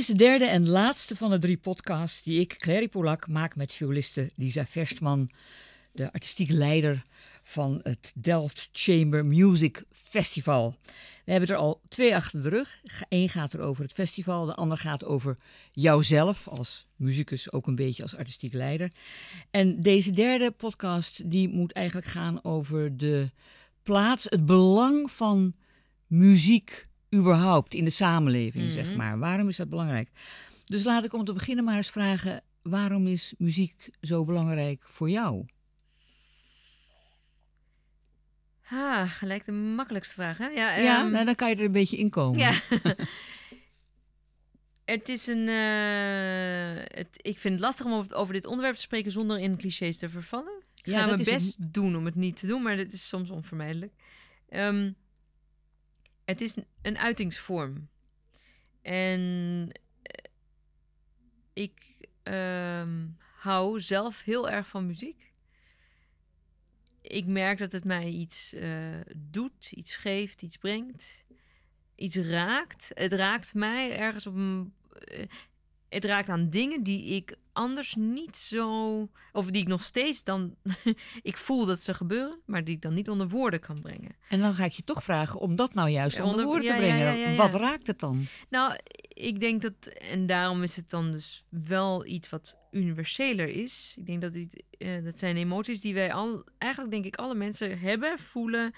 is de derde en laatste van de 3 podcasts die ik, Clary Polak, maak met violiste Lisa Verstman, de artistiek leider van het Delft Chamber Music Festival. We hebben er al 2 achter de rug. Eén gaat er over het festival, de ander gaat over jouzelf als muzikus, ook een beetje als artistiek leider. En deze derde podcast die moet eigenlijk gaan over de plaats, het belang van muziek überhaupt in de samenleving, zeg maar. Waarom is dat belangrijk? Dus laat ik om te beginnen maar eens vragen, waarom is muziek zo belangrijk voor jou? Gelijk de makkelijkste vraag, hè? Nou, dan kan je er een beetje in komen. Ja. Het is ik vind het lastig om over dit onderwerp te spreken zonder in clichés te vervallen. Ik ga mijn best doen om het niet te doen, maar dat is soms onvermijdelijk. Het is een uitingsvorm. En ik hou zelf heel erg van muziek. Ik merk dat het mij iets doet, iets geeft, iets brengt, iets raakt. Het raakt mij ergens op een... Het raakt aan dingen die ik anders niet zo... Of die ik nog steeds dan... ik voel dat ze gebeuren, maar die ik dan niet onder woorden kan brengen. En dan ga ik je toch vragen om dat nou juist onder woorden te brengen. Ja. Wat raakt het dan? Nou, ik denk dat... En daarom is het dan dus wel iets wat universeler is. Ik denk dat dat zijn emoties die wij eigenlijk denk ik alle mensen hebben, voelen.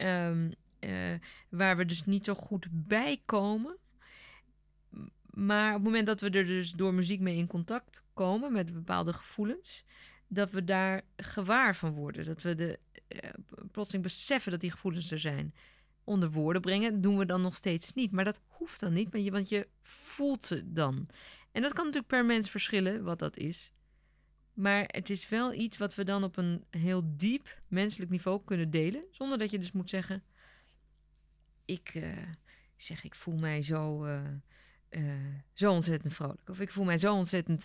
Waar we dus niet zo goed bij komen. Maar op het moment dat we er dus door muziek mee in contact komen met bepaalde gevoelens, dat we daar gewaar van worden. Dat we plotseling beseffen dat die gevoelens er zijn. Onder woorden brengen doen we dan nog steeds niet. Maar dat hoeft dan niet, want je voelt ze dan. En dat kan natuurlijk per mens verschillen wat dat is. Maar het is wel iets wat we dan op een heel diep menselijk niveau kunnen delen. Zonder dat je dus moet zeggen, ik voel mij zo ontzettend vrolijk. Of ik voel mij zo ontzettend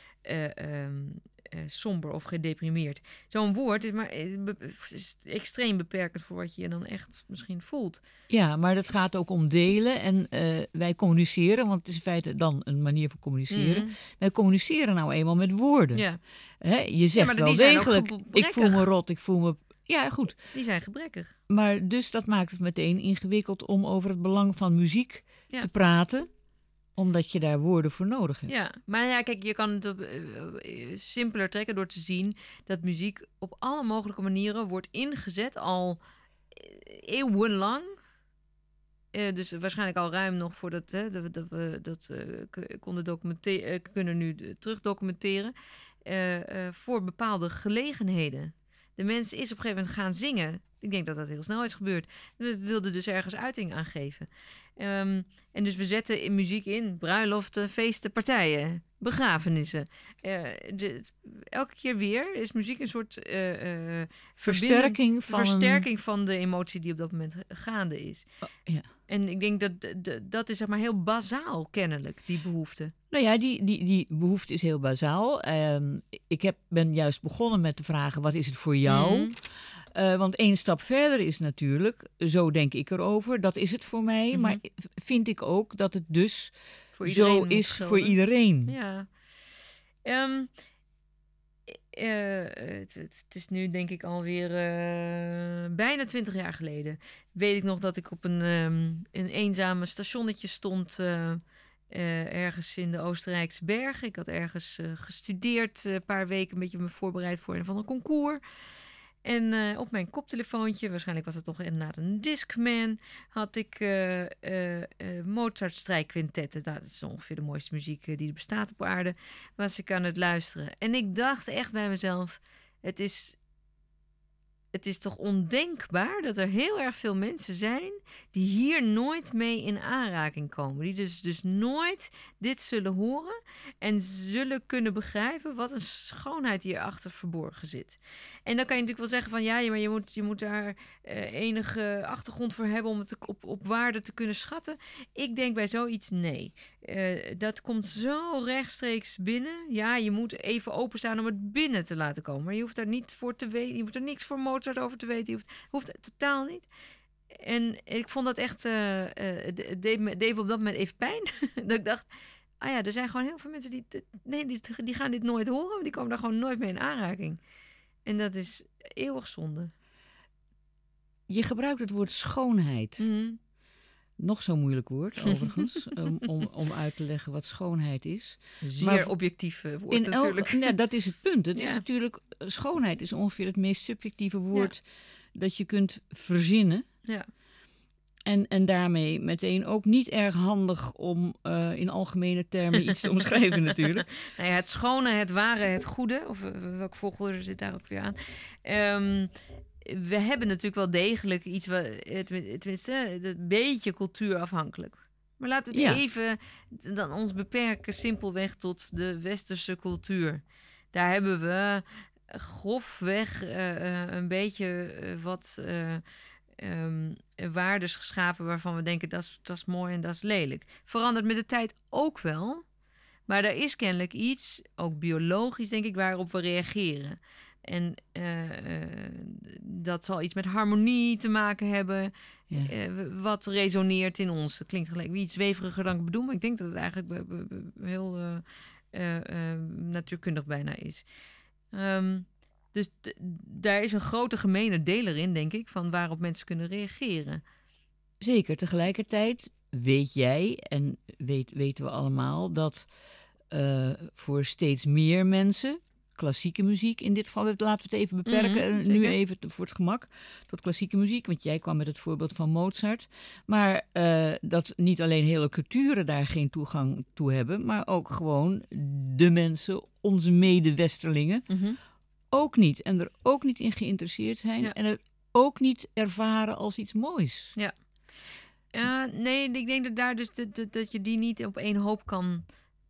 somber of gedeprimeerd. Zo'n woord is extreem beperkend voor wat je dan echt misschien voelt. Ja, maar dat gaat ook om delen. En wij communiceren, want het is in feite dan een manier van communiceren. Mm-hmm. Wij communiceren nou eenmaal met woorden. Ja. Je zegt wel degelijk, ik voel me rot, ik voel me... Ja, goed. Die zijn gebrekkig. Maar dus dat maakt het meteen ingewikkeld om over het belang van muziek te praten, omdat je daar woorden voor nodig hebt. Ja, maar kijk, je kan het simpeler trekken door te zien dat muziek op alle mogelijke manieren wordt ingezet al eeuwenlang. Dus waarschijnlijk al ruim nog voordat we dat kunnen nu terugdocumenteren. Voor bepaalde gelegenheden. De mens is op een gegeven moment gaan zingen. Ik denk dat dat heel snel is gebeurd. We wilden dus ergens uiting aan geven. En dus we zetten in muziek in bruiloften, feesten, partijen, begrafenissen. Elke keer weer is muziek een soort versterking van de emotie die op dat moment gaande is. Ja. En ik denk dat is zeg maar heel bazaal kennelijk, die behoefte. Nou ja, die behoefte is heel bazaal. Ik ben juist begonnen met te vragen, wat is het voor jou? Mm. Want 1 stap verder is natuurlijk, zo denk ik erover, dat is het voor mij. Mm-hmm. Maar vind ik ook dat het dus zo is voor iedereen. Ja. Het is nu denk ik alweer bijna 20 jaar geleden. Weet ik nog dat ik op een eenzame stationnetje stond... ergens in de Oostenrijkse bergen. Ik had ergens gestudeerd, een paar weken een beetje me voorbereid voor een van een concours. En op mijn koptelefoontje, waarschijnlijk was het toch inderdaad een Discman, had ik Mozart strijkquintetten. Nou, dat is ongeveer de mooiste muziek die er bestaat op aarde. Was ik aan het luisteren. En ik dacht echt bij mezelf, het is toch ondenkbaar dat er heel erg veel mensen zijn die hier nooit mee in aanraking komen. Die dus nooit dit zullen horen en zullen kunnen begrijpen wat een schoonheid hierachter verborgen zit. En dan kan je natuurlijk wel zeggen van ja, maar je moet daar enige achtergrond voor hebben om het op waarde te kunnen schatten. Ik denk bij zoiets nee. Dat komt zo rechtstreeks binnen. Ja, je moet even openstaan om het binnen te laten komen. Maar je hoeft daar niet voor te weten. Je hoeft er niks voor Mozart over te weten. Je hoeft totaal niet. En ik vond dat echt... deed me op dat moment even pijn. Dat ik dacht... er zijn gewoon heel veel mensen die gaan dit nooit horen. Die komen daar gewoon nooit mee in aanraking. En dat is eeuwig zonde. Je gebruikt het woord schoonheid. Mhm. Nog zo'n moeilijk woord, overigens, om uit te leggen wat schoonheid is. Zeer Maar objectief woord natuurlijk. Nee, dat is het punt. Het Ja. is natuurlijk, schoonheid is ongeveer het meest subjectieve woord dat je kunt verzinnen. Ja. En daarmee meteen ook niet erg handig om in algemene termen iets te omschrijven natuurlijk. Nou ja, het schone, het ware, het goede. Of welke volgorde zit daar ook weer aan. We hebben natuurlijk wel degelijk iets, tenminste, een beetje cultuurafhankelijk. Maar laten we het even dan ons beperken simpelweg tot de westerse cultuur. Daar hebben we grofweg een beetje wat waardes geschapen waarvan we denken dat is mooi en dat is lelijk. Verandert met de tijd ook wel. Maar er is kennelijk iets, ook biologisch denk ik, waarop we reageren. En dat zal iets met harmonie te maken hebben. Ja. Wat resoneert in ons. Dat klinkt gelijk iets zweveriger dan ik bedoel. Maar ik denk dat het eigenlijk heel natuurkundig bijna is. Dus daar is een grote gemene deler in, denk ik, van waarop mensen kunnen reageren. Zeker. Tegelijkertijd weet jij en weten we allemaal dat voor steeds meer mensen klassieke muziek in dit geval, laten we het even beperken, nu even voor het gemak, tot klassieke muziek, want jij kwam met het voorbeeld van Mozart, maar dat niet alleen hele culturen daar geen toegang toe hebben, maar ook gewoon de mensen, onze mede-westerlingen, ook niet. En er ook niet in geïnteresseerd zijn en het ook niet ervaren als iets moois. Ja. Nee, ik denk dat daar dus dat je die niet op één hoop kan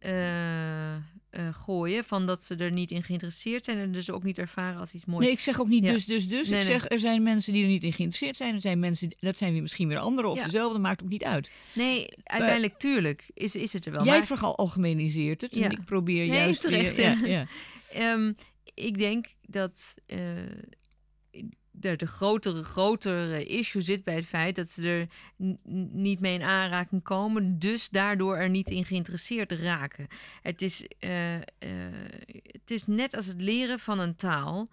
gooien. Van dat ze er niet in geïnteresseerd zijn en dus ook niet ervaren als iets moois. Nee, ik zeg ook niet dus. Nee, ik zeg, er zijn mensen die er niet in geïnteresseerd zijn. Er zijn mensen, dat zijn weer misschien weer andere of dezelfde, maakt ook niet uit. Nee, uiteindelijk, tuurlijk, is het er wel. Jij veralgemeniseert het en ik probeer juist terecht, weer... Ik denk dat er de grotere issue zit bij het feit dat ze er niet mee in aanraking komen, dus daardoor er niet in geïnteresseerd raken. Het is net als het leren van een taal.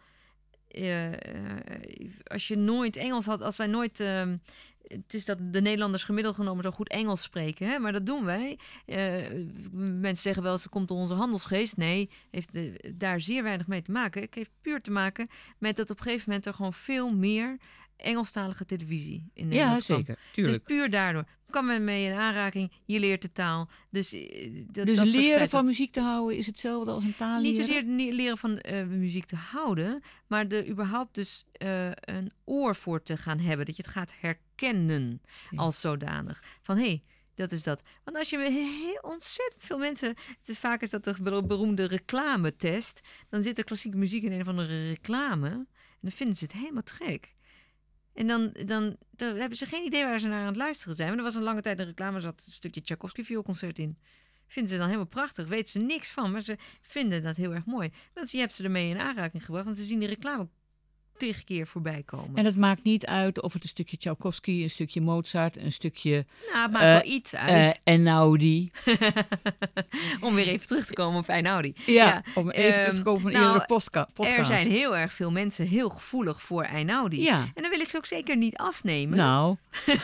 Als je nooit Engels had, als wij nooit... het is dat de Nederlanders gemiddeld genomen zo goed Engels spreken, hè? Maar dat doen wij. Mensen zeggen wel eens, het komt door onze handelsgeest. Nee, heeft daar zeer weinig mee te maken. Het heeft puur te maken met dat op een gegeven moment er gewoon veel meer Engelstalige televisie in Nederland kwam. Ja, zeker. Tuurlijk. Dus puur daardoor kwam men mee in aanraking. Je leert de taal. Dus leren van muziek te houden is hetzelfde als een taal leren? Niet zozeer leren van muziek te houden, maar er überhaupt dus een oor voor te gaan hebben. Dat je het gaat herkennen als zodanig. Van hé, dat is dat. Want als je heel ontzettend veel mensen... Het is vaak is dat de beroemde reclametest. Dan zit er klassieke muziek in een of andere reclame. En dan vinden ze het helemaal te gek. En dan hebben ze geen idee waar ze naar aan het luisteren zijn. Maar er was een lange tijd een reclame, er zat een stukje Tchaikovsky vioolconcert in. Vinden ze dan helemaal prachtig, weten ze niks van, maar ze vinden dat heel erg mooi. Want je hebt ze ermee in aanraking gebracht, want ze zien die reclame 10 keer voorbij komen. En het maakt niet uit of het een stukje Tchaikovsky, een stukje Mozart, een stukje... Nou, het maakt wel iets uit. Einaudi. Om weer even terug te komen op Einaudi. Ja, om even terug te komen van eerdere podcast. Er zijn heel erg veel mensen heel gevoelig voor Einaudi. Ja. En dan wil ik ze ook zeker niet afnemen. Nou...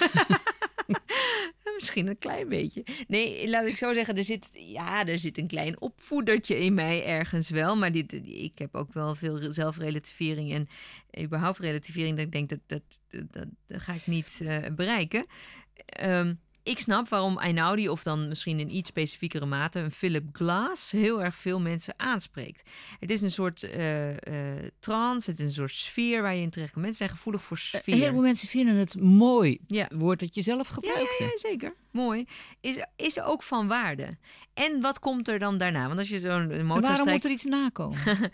Misschien een klein beetje. Nee, laat ik zo zeggen, er zit een klein opvoedertje in mij ergens wel. Maar ik heb ook wel veel zelfrelativering en überhaupt relativering. Dat ik denk, dat ga ik niet bereiken. Ik snap waarom Einaudi, of dan misschien in iets specifiekere mate, een Philip Glass, heel erg veel mensen aanspreekt. Het is een soort trance, het is een soort sfeer waar je in terecht komt. Mensen zijn gevoelig voor sfeer. Heel veel mensen vinden het mooi, woord dat je zelf gebruikt. Ja, zeker. Mooi. Is ook van waarde. En wat komt er dan daarna? Want als je zo'n motor waarom moet er iets nakomen?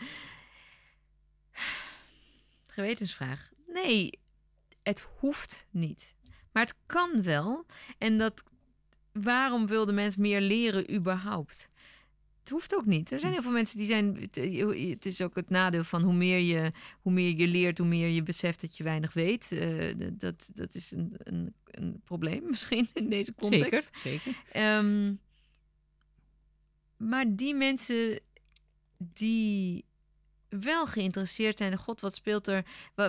Gewetensvraag. Nee, het hoeft niet. Maar het kan wel. En waarom wil de mens meer leren überhaupt? Het hoeft ook niet. Er zijn heel veel mensen die zijn... Het is ook het nadeel van hoe meer je leert, hoe meer je beseft dat je weinig weet. Dat is een probleem misschien in deze context. Zeker. Maar die mensen die wel geïnteresseerd zijn in God, wat speelt er?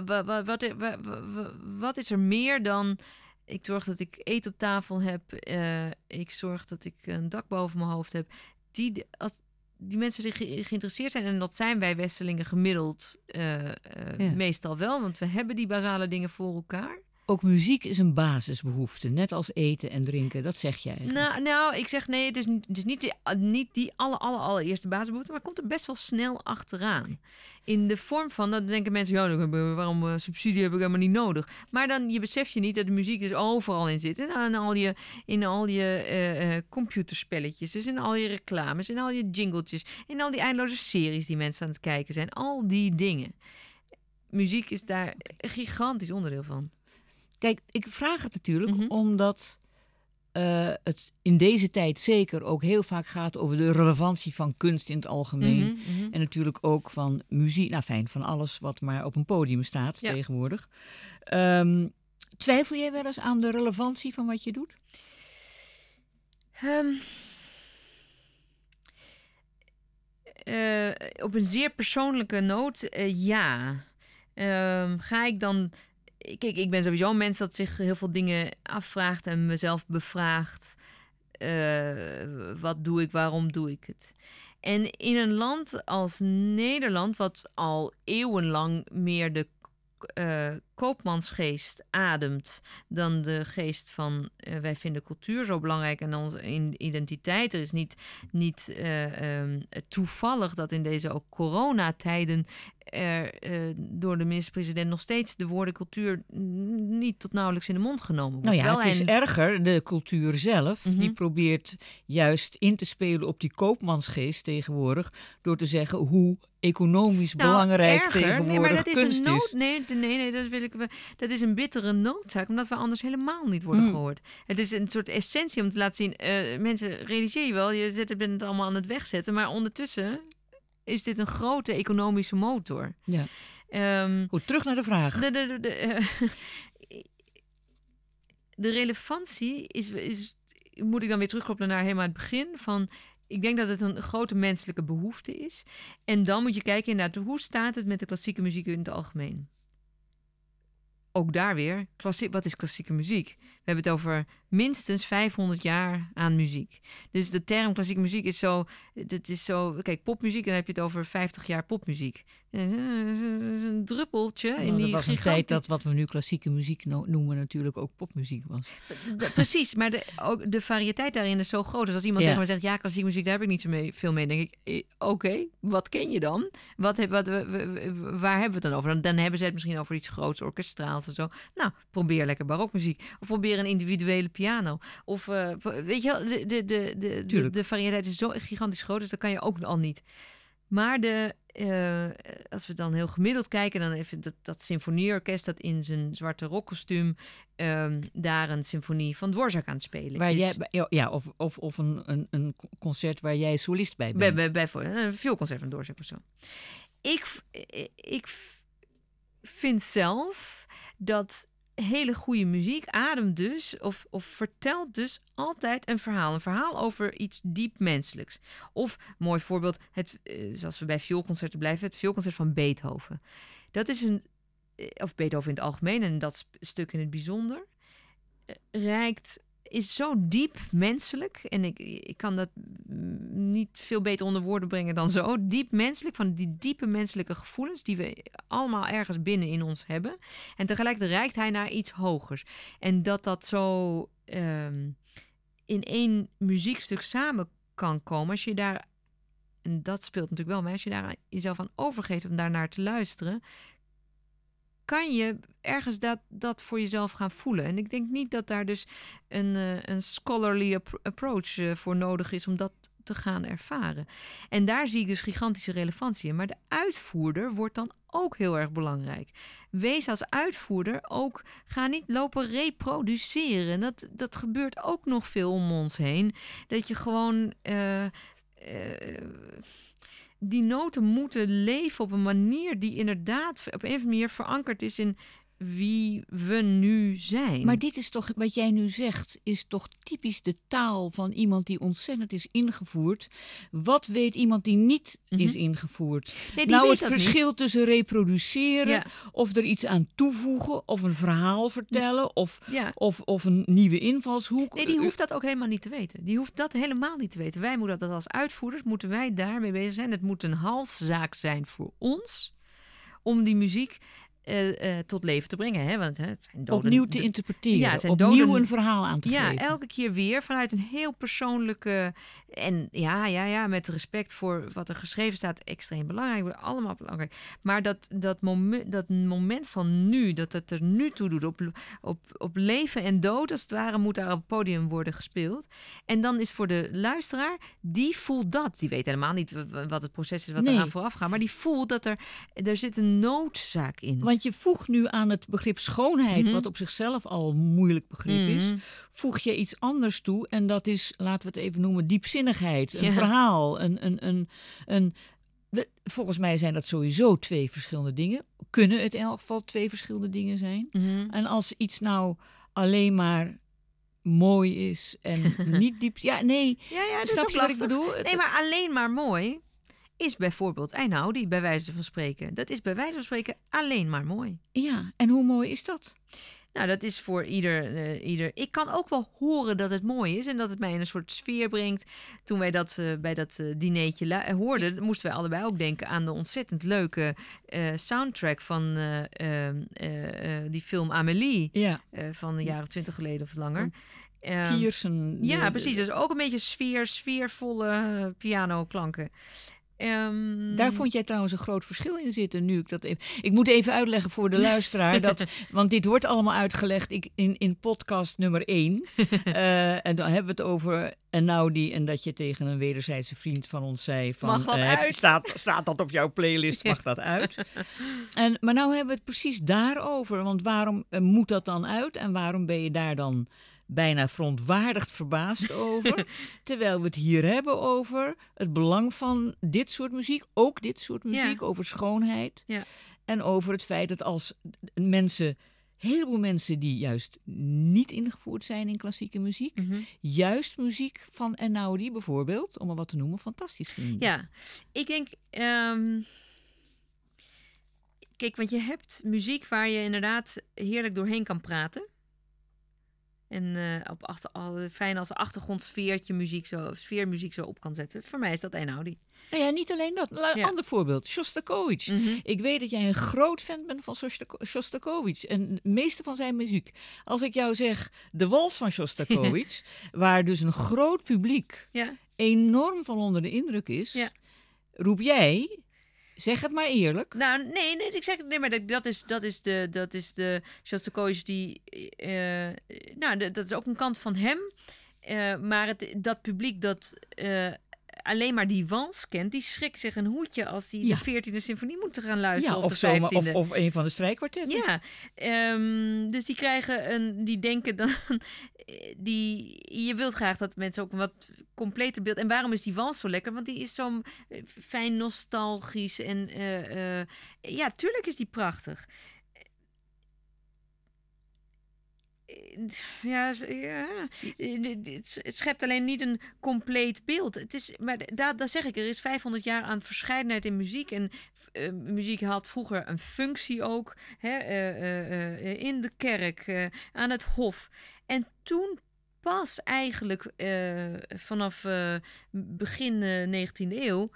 Wat is er meer dan... Ik zorg dat ik eten op tafel heb. Ik zorg dat ik een dak boven mijn hoofd heb. Die mensen die geïnteresseerd zijn, en dat zijn wij Westelingen gemiddeld meestal wel, want we hebben die basale dingen voor elkaar. Ook muziek is een basisbehoefte, net als eten en drinken. Dat zeg jij eigenlijk. Nou, ik zeg nee, het is niet die allereerste basisbehoefte, maar komt er best wel snel achteraan. In de vorm van, dat denken mensen, waarom subsidie heb ik helemaal niet nodig. Maar dan je besef je niet dat de muziek dus overal in zit. In al je computerspelletjes, dus in al je reclames, in al je jingletjes, in al die eindeloze series die mensen aan het kijken zijn. Al die dingen. Muziek is daar een gigantisch onderdeel van. Kijk, ik vraag het natuurlijk omdat het in deze tijd zeker ook heel vaak gaat over de relevantie van kunst in het algemeen. En natuurlijk ook van muziek, van alles wat maar op een podium staat tegenwoordig. Twijfel jij wel eens aan de relevantie van wat je doet? Op een zeer persoonlijke noot, ja. Ga ik dan... Kijk, ik ben sowieso een mens dat zich heel veel dingen afvraagt en mezelf bevraagt. Wat doe ik, waarom doe ik het? En in een land als Nederland, wat al eeuwenlang meer de koopmansgeest ademt dan de geest van wij vinden cultuur zo belangrijk en onze identiteit. Er is niet toevallig dat in deze ook coronatijden door de minister-president nog steeds de woorden cultuur niet tot nauwelijks in de mond genomen wordt. Nou ja, het is erger. De cultuur zelf, die probeert juist in te spelen op die koopmansgeest tegenwoordig door te zeggen hoe economisch belangrijk tegenwoordig kunst is. Nee, dat wil ik. Dat is een bittere noodzaak, omdat we anders helemaal niet worden gehoord. Het is een soort essentie om te laten zien. Mensen, realiseer je wel, je bent het allemaal aan het wegzetten, maar ondertussen is dit een grote economische motor. Ja. Goed, terug naar de vraag. De relevantie is, moet ik dan weer terugkoppelen naar helemaal het begin van. Ik denk dat het een grote menselijke behoefte is. En dan moet je kijken inderdaad, hoe staat het met de klassieke muziek in het algemeen? Ook daar weer, wat is klassieke muziek? We hebben het over minstens 500 jaar aan muziek. Dus de term klassieke muziek is zo... Kijk, popmuziek, dan heb je het over 50 jaar popmuziek. Een druppeltje in die dat was een tijd dat wat we nu klassieke muziek noemen natuurlijk ook popmuziek was. Precies, maar de variëteit daarin is zo groot. Dus als iemand tegen me zegt, ja, klassieke muziek, daar heb ik niet zo veel mee. Dan denk ik, oké, wat ken je dan? Waar hebben we het dan over? Dan hebben ze het misschien over iets groots, orkestraals en zo. Nou, probeer lekker barokmuziek. Of probeer een individuele piano. Of, weet je wel, de variëteit is zo gigantisch groot, dus dat kan je ook al niet. Maar als we dan heel gemiddeld kijken, dan even dat symfonieorkest dat in zijn zwarte rokkostuum daar een symfonie van Dvorak aan het spelen waar is. Of een concert waar jij solist bij bent. Bijvoorbeeld een vioolconcert van Dvorak of zo. Ik vind zelf dat hele goede muziek ademt dus of vertelt dus altijd een verhaal. Een verhaal over iets diep menselijks. Of, mooi voorbeeld, zoals we bij vioolconcerten blijven, het vioolconcert van Beethoven. Dat is of Beethoven in het algemeen en dat stuk in het bijzonder, is zo diep menselijk. En ik kan dat niet veel beter onder woorden brengen dan zo. Diep menselijk, van die diepe menselijke gevoelens die we allemaal ergens binnen in ons hebben. En tegelijkertijd reikt hij naar iets hogers. En dat zo in één muziekstuk samen kan komen. Als je daar, en dat speelt natuurlijk wel mee, als je daar jezelf aan overgeeft om daarnaar te luisteren, kan je ergens dat voor jezelf gaan voelen. En ik denk niet dat daar dus een scholarly approach voor nodig is om dat te gaan ervaren. En daar zie ik dus gigantische relevantie in. Maar de uitvoerder wordt dan ook heel erg belangrijk. Wees als uitvoerder ook, ga niet lopen reproduceren. Dat gebeurt ook nog veel om ons heen. Dat je gewoon die noten moeten leven op een manier die inderdaad op een of andere manier verankerd is in wie we nu zijn. Maar dit is toch, wat jij nu zegt, is toch typisch de taal van iemand die ontzettend is ingevoerd. Wat weet iemand die niet is ingevoerd? Nee, die nou, weet het dat verschil tussen reproduceren, Ja. of er iets aan toevoegen, of een verhaal vertellen, Ja. of een nieuwe invalshoek. Nee, die hoeft dat ook helemaal niet te weten. Die hoeft dat helemaal niet te weten. Wij moeten dat als uitvoerders, moeten wij daarmee bezig zijn. Het moet een halszaak zijn voor ons om die muziek tot leven te brengen. Hè? Want het zijn opnieuw te interpreteren, Ja, het zijn opnieuw een verhaal aan te Ja, geven. elke keer weer vanuit een heel persoonlijke... En ja, met respect voor wat er geschreven staat, extreem belangrijk. Allemaal belangrijk. Maar dat moment van nu, dat het er nu toe doet, op leven en dood, als het ware, moet daar op het podium worden gespeeld. En dan is voor de luisteraar, die voelt dat. Die weet helemaal niet wat het proces is wat eraan vooraf gaat. Maar die voelt dat er zit een noodzaak in. Want je voegt nu aan het begrip schoonheid, wat op zichzelf al een moeilijk begrip is, voeg je iets anders toe. En dat is, laten we het even noemen, diepzinnigheid. Een verhaal. Volgens mij zijn dat sowieso twee verschillende dingen. Kunnen het in elk geval twee verschillende dingen zijn. En als iets nou alleen maar mooi is en niet diep... Ja, nee. Ja, dat Snap is ook je wat ik lastig. bedoel? Nee, maar alleen maar mooi is bijvoorbeeld Einaudi, bij wijze van spreken. Dat is bij wijze van spreken alleen maar mooi. Ja, en hoe mooi is dat? Nou, dat is voor ieder... Ik kan ook wel horen dat het mooi is en dat het mij in een soort sfeer brengt. Toen wij dat bij dat dinertje hoorden, moesten wij allebei ook denken aan de ontzettend leuke soundtrack van die film Amélie. Ja. Van de jaren 20 geleden of langer. Tiersen. Ja, precies. Dus ook een beetje sfeervolle pianoklanken. Daar vond jij trouwens een groot verschil in zitten. Nu ik dat even... Ik moet even uitleggen voor de luisteraar. Want dit wordt allemaal uitgelegd in podcast nummer 1. En dan hebben we het over Einaudi. En dat je tegen een wederzijdse vriend van ons zei... Van, mag dat uit? Staat dat op jouw playlist? Mag dat uit? Maar nou hebben we het precies daarover. Want waarom moet dat dan uit? En waarom ben je daar dan bijna verontwaardigd verbaasd over? Terwijl we het hier hebben over het belang van dit soort muziek. Ook dit soort muziek, over schoonheid. Ja. En over het feit dat als mensen... Een heleboel mensen die juist niet ingevoerd zijn in klassieke muziek... juist muziek van Einaudi bijvoorbeeld, om er wat te noemen, fantastisch vinden. Ja, ik denk... Kijk, want je hebt muziek waar je inderdaad heerlijk doorheen kan praten. En fijn als sfeermuziek zo op kan zetten. Voor mij is dat Einaudi. Nou ja, niet alleen dat. Ander voorbeeld, Shostakovich. Ik weet dat jij een groot fan bent van Shostakovich. En het meeste van zijn muziek. Als ik jou zeg, de wals van Shostakovich... waar dus een groot publiek enorm van onder de indruk is... roep jij... Zeg het maar eerlijk. Nou, nee, ik zeg het nee, maar dat is de Shostakovich die... dat is ook een kant van hem. Maar dat publiek dat alleen maar die wals kent, die schrikt zich een hoedje als die de 14e symfonie moeten gaan luisteren. Ja, of de 15e. Of een van de strijkkwartetten. Ja, dus die krijgen die denken dan... je wilt graag dat mensen ook een wat completer beeld... En waarom is die wals zo lekker? Want die is zo fijn nostalgisch. En ja, tuurlijk is die prachtig. Ja, het schept alleen niet een compleet beeld. Het is, maar daar zeg ik, er is 500 jaar aan verscheidenheid in muziek. En muziek had vroeger een functie ook. In de kerk, aan het hof. En toen pas eigenlijk vanaf begin 19e eeuw...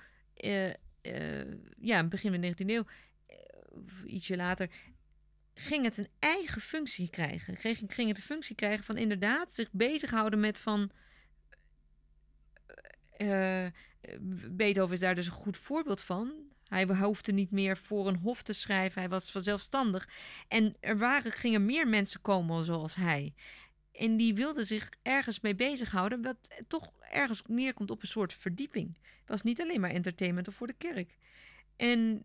begin 19e eeuw, ietsje later... ging het een eigen functie krijgen. Ging het de functie krijgen van inderdaad zich bezighouden met van... Beethoven is daar dus een goed voorbeeld van. Hij hoefde niet meer voor een hof te schrijven. Hij was vanzelfstandig. En gingen meer mensen komen zoals hij. En die wilden zich ergens mee bezighouden... wat toch ergens neerkomt op een soort verdieping. Het was niet alleen maar entertainment of voor de kerk. En...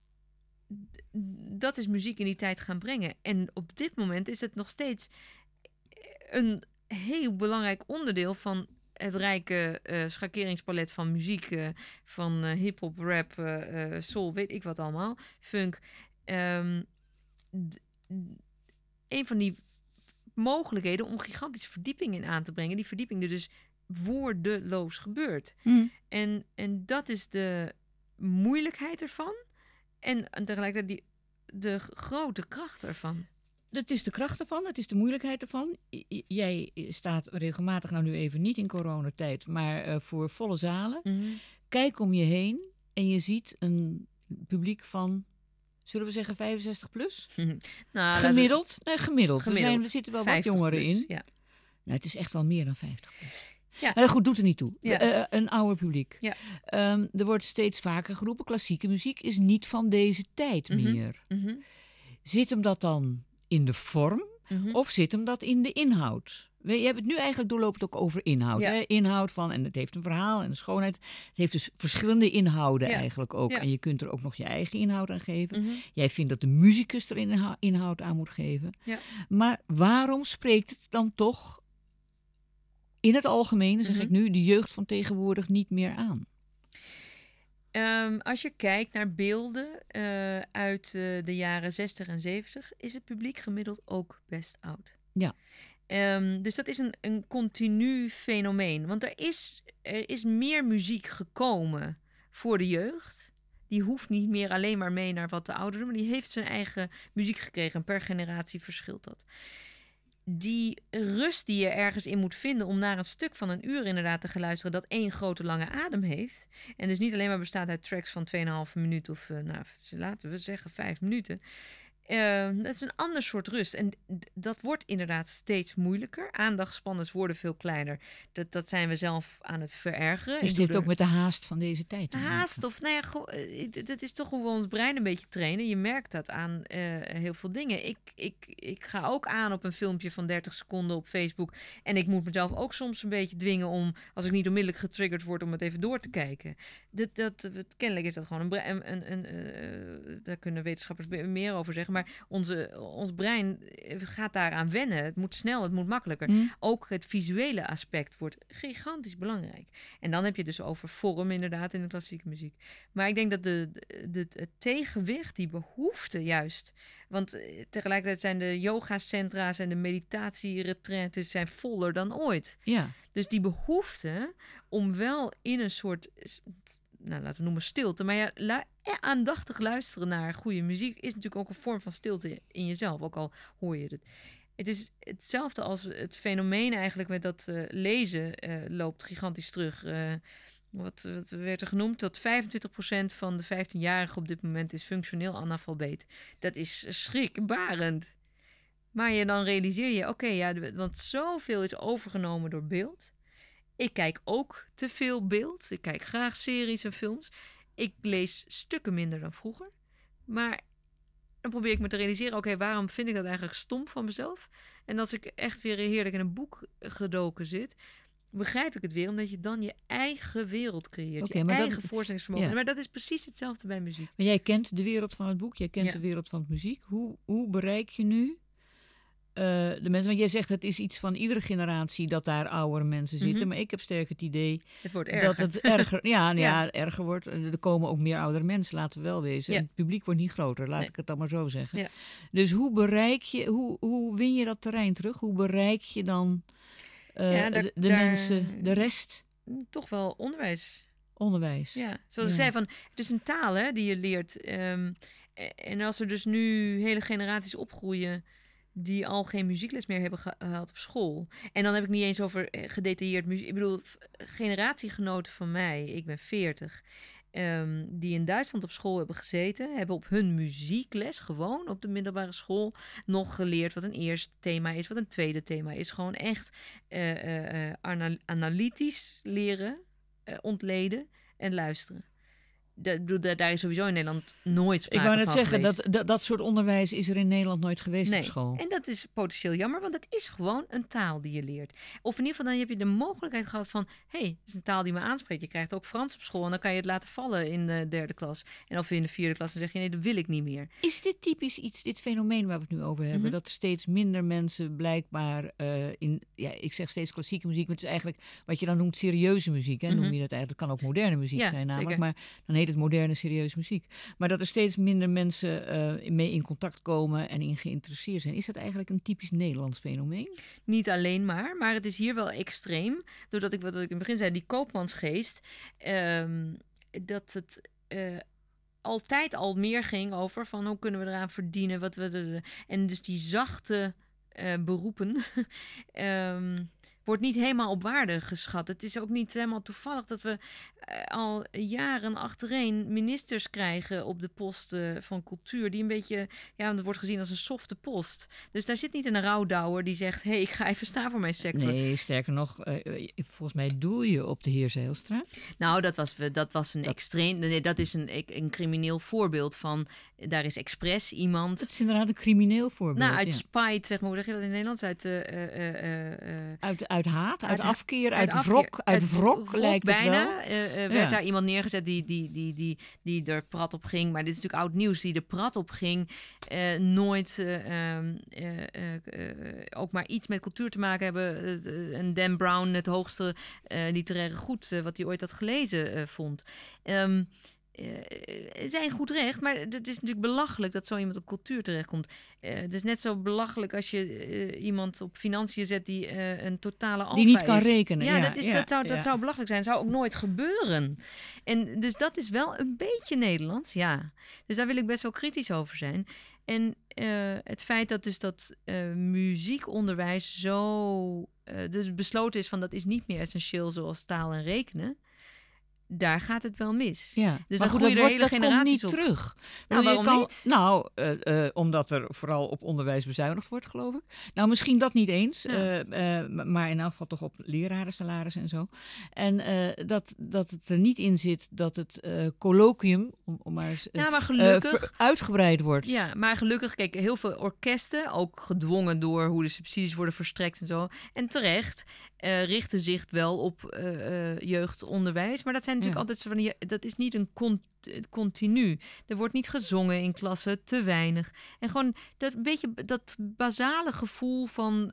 dat is muziek in die tijd gaan brengen. En op dit moment is het nog steeds een heel belangrijk onderdeel van het rijke schakeringspalet van muziek. Van hip-hop, rap, soul, weet ik wat allemaal. Funk. een van die mogelijkheden om gigantische verdieping in aan te brengen. Die verdieping die dus woordeloos gebeurt. En dat is de moeilijkheid ervan. En tegelijkertijd de grote kracht ervan. Dat is de kracht ervan, het is de moeilijkheid ervan. Jij staat regelmatig, nou nu even niet in coronatijd, maar voor volle zalen. Kijk om je heen en je ziet een publiek van, zullen we zeggen 65 plus? Nou, gemiddeld? Nee, gemiddeld. Er zitten wel wat jongeren plus, in. Ja. Nou, het is echt wel meer dan 50 plus. Ja. Goed, doet er niet toe. Ja. Een ouder publiek. Ja. Er wordt steeds vaker geroepen, klassieke muziek is niet van deze tijd meer. Zit hem dat dan in de vorm of zit hem dat in de inhoud? Je hebt het nu eigenlijk doorlopend ook over inhoud. Ja. Hè? Inhoud van, en het heeft een verhaal en een schoonheid. Het heeft dus verschillende inhouden eigenlijk ook. Ja. En je kunt er ook nog je eigen inhoud aan geven. Jij vindt dat de muzikus er inhoud aan moet geven. Ja. Maar waarom spreekt het dan toch in het algemeen, zeg ik nu, de jeugd van tegenwoordig niet meer aan? Als je kijkt naar beelden uit de jaren 60 en 70, is het publiek gemiddeld ook best oud. Ja. Dus dat is een continu fenomeen. Want er is meer muziek gekomen voor de jeugd. Die hoeft niet meer alleen maar mee naar wat de ouderen doen, maar die heeft zijn eigen muziek gekregen. En per generatie verschilt dat. Die rust die je ergens in moet vinden om naar een stuk van een uur inderdaad te gaan luisteren dat één grote lange adem heeft. En dus niet alleen maar bestaat uit tracks van 2,5 minuut of laten we zeggen 5 minuten. Dat is een ander soort rust. En dat wordt inderdaad steeds moeilijker. Aandachtsspannes worden veel kleiner. Dat zijn we zelf aan het verergeren. Dus het heeft ook met de haast van deze tijd te maken. Haast of, dat is toch hoe we ons brein een beetje trainen. Je merkt dat aan heel veel dingen. Ik ga ook aan op een filmpje van 30 seconden op Facebook. En ik moet mezelf ook soms een beetje dwingen om, als ik niet onmiddellijk getriggerd word, om het even door te kijken. Kennelijk is dat gewoon daar kunnen wetenschappers meer over zeggen. Maar ons brein gaat daaraan wennen. Het moet snel, het moet makkelijker. Ook het visuele aspect wordt gigantisch belangrijk. En dan heb je dus over vorm inderdaad in de klassieke muziek. Maar ik denk dat het tegenwicht, die behoefte juist. Want tegelijkertijd zijn de yogacentra's en de meditatieretretes zijn voller dan ooit. Ja. Dus die behoefte om wel in een soort, laten we noemen stilte, maar aandachtig luisteren naar goede muziek is natuurlijk ook een vorm van stilte in jezelf, ook al hoor je het. Het is hetzelfde als het fenomeen eigenlijk met dat lezen loopt gigantisch terug. Wat werd er genoemd? Dat 25% van de 15-jarigen op dit moment is functioneel analfabeet. Dat is schrikbarend. Maar dan realiseer je, want zoveel is overgenomen door beeld. Ik kijk ook te veel beeld. Ik kijk graag series en films. Ik lees stukken minder dan vroeger. Maar dan probeer ik me te realiseren, waarom vind ik dat eigenlijk stom van mezelf? En als ik echt weer heerlijk in een boek gedoken zit, begrijp ik het weer, omdat je dan je eigen wereld creëert. Je eigen voorstellingsvermogen. Ja. Maar dat is precies hetzelfde bij muziek. Maar jij kent de wereld van het boek, jij kent de wereld van het muziek. Hoe bereik je nu de mensen? Want jij zegt het is iets van iedere generatie dat daar oudere mensen zitten. Maar ik heb sterk het idee het wordt erger. Dat het erger, erger wordt. Er komen ook meer oudere mensen, laten we wel wezen. Ja. En het publiek wordt niet groter, laat ik het dan maar zo zeggen. Ja. Dus hoe bereik je, hoe win je dat terrein terug? Hoe bereik je dan de mensen, de rest? Toch wel onderwijs. Onderwijs. Ja, zoals ik zei, het is een taal die je leert. En als er dus nu hele generaties opgroeien die al geen muziekles meer hebben gehad op school. En dan heb ik niet eens over gedetailleerd muziek. Ik bedoel, generatiegenoten van mij, ik ben 40... die in Duitsland op school hebben gezeten, hebben op hun muziekles, gewoon op de middelbare school, nog geleerd wat een eerste thema is, wat een tweede thema is. Gewoon echt analytisch leren, ontleden en luisteren. Daar is sowieso in Nederland nooit sprake van. Ik wou net zeggen, geweest. dat soort onderwijs is er in Nederland nooit geweest op school. En dat is potentieel jammer, want het is gewoon een taal die je leert. Of in ieder geval, dan heb je de mogelijkheid gehad van, het is een taal die me aanspreekt. Je krijgt ook Frans op school en dan kan je het laten vallen in de 3e klas. En of in de 4e klas, dan zeg je, nee, dat wil ik niet meer. Is dit typisch dit fenomeen waar we het nu over hebben? Dat steeds minder mensen blijkbaar ik zeg steeds klassieke muziek, maar het is eigenlijk wat je dan noemt serieuze muziek. Hè? Noem je dat eigenlijk? Het kan ook moderne muziek zijn namelijk, maar dan heet heet het moderne serieuze muziek. Maar dat er steeds minder mensen mee in contact komen en in geïnteresseerd zijn. Is dat eigenlijk een typisch Nederlands fenomeen? Niet alleen maar het is hier wel extreem. Doordat ik, wat ik in het begin zei, die koopmansgeest, dat het altijd al meer ging over van hoe kunnen we eraan verdienen. En dus die zachte beroepen wordt niet helemaal op waarde geschat. Het is ook niet helemaal toevallig dat we al jaren achtereen ministers krijgen op de posten van cultuur, die een beetje, dat wordt gezien als een softe post. Dus daar zit niet een rouwdouwer die zegt, hey, ik ga even staan voor mijn sector. Nee, sterker nog, volgens mij doel je op de heer Zijlstra. Nou, dat was een extreem, nee, dat is een crimineel voorbeeld van, daar is expres iemand. Het is inderdaad een crimineel voorbeeld. Nou, uit spijt, zeg maar, hoe zeg je dat in het Nederlands? Uit haat, uit afkeer, uit wrok lijkt het bijna, wel. Werd daar iemand neergezet die er prat op ging. Maar dit is natuurlijk oud nieuws, die er prat op ging. Nooit ook maar iets met cultuur te maken hebben. En Dan Brown het hoogste literaire goed wat hij ooit had gelezen vond. Zijn goed recht, maar het is natuurlijk belachelijk dat zo iemand op cultuur terechtkomt. Het is net zo belachelijk als je iemand op financiën zet die een totale alfa die niet kan is. rekenen. Dat zou belachelijk zijn. Dat zou ook nooit gebeuren. En dus dat is wel een beetje Nederlands, ja. Dus daar wil ik best wel kritisch over zijn. En het feit dat dus dat muziekonderwijs zo dus besloten is van dat is niet meer essentieel zoals taal en rekenen. Daar gaat het wel mis. Ja. Dus maar dan goed, groeien er hele generaties komt op. niet terug. Nou, waarom niet? Nou, omdat er vooral op onderwijs bezuinigd wordt, geloof ik. Nou, misschien dat niet eens. Ja. Maar in elk geval toch op lerarensalarissen en zo. En dat het er niet in zit dat het colloquium, om maar eens, maar gelukkig uitgebreid wordt. Ja, maar gelukkig, kijk, heel veel orkesten, ook gedwongen door hoe de subsidies worden verstrekt en zo. En terecht richten zich wel op jeugdonderwijs. Maar dat zijn natuurlijk altijd zo van dat is niet een continu. Er wordt niet gezongen in klassen, te weinig. En gewoon dat beetje dat basale gevoel van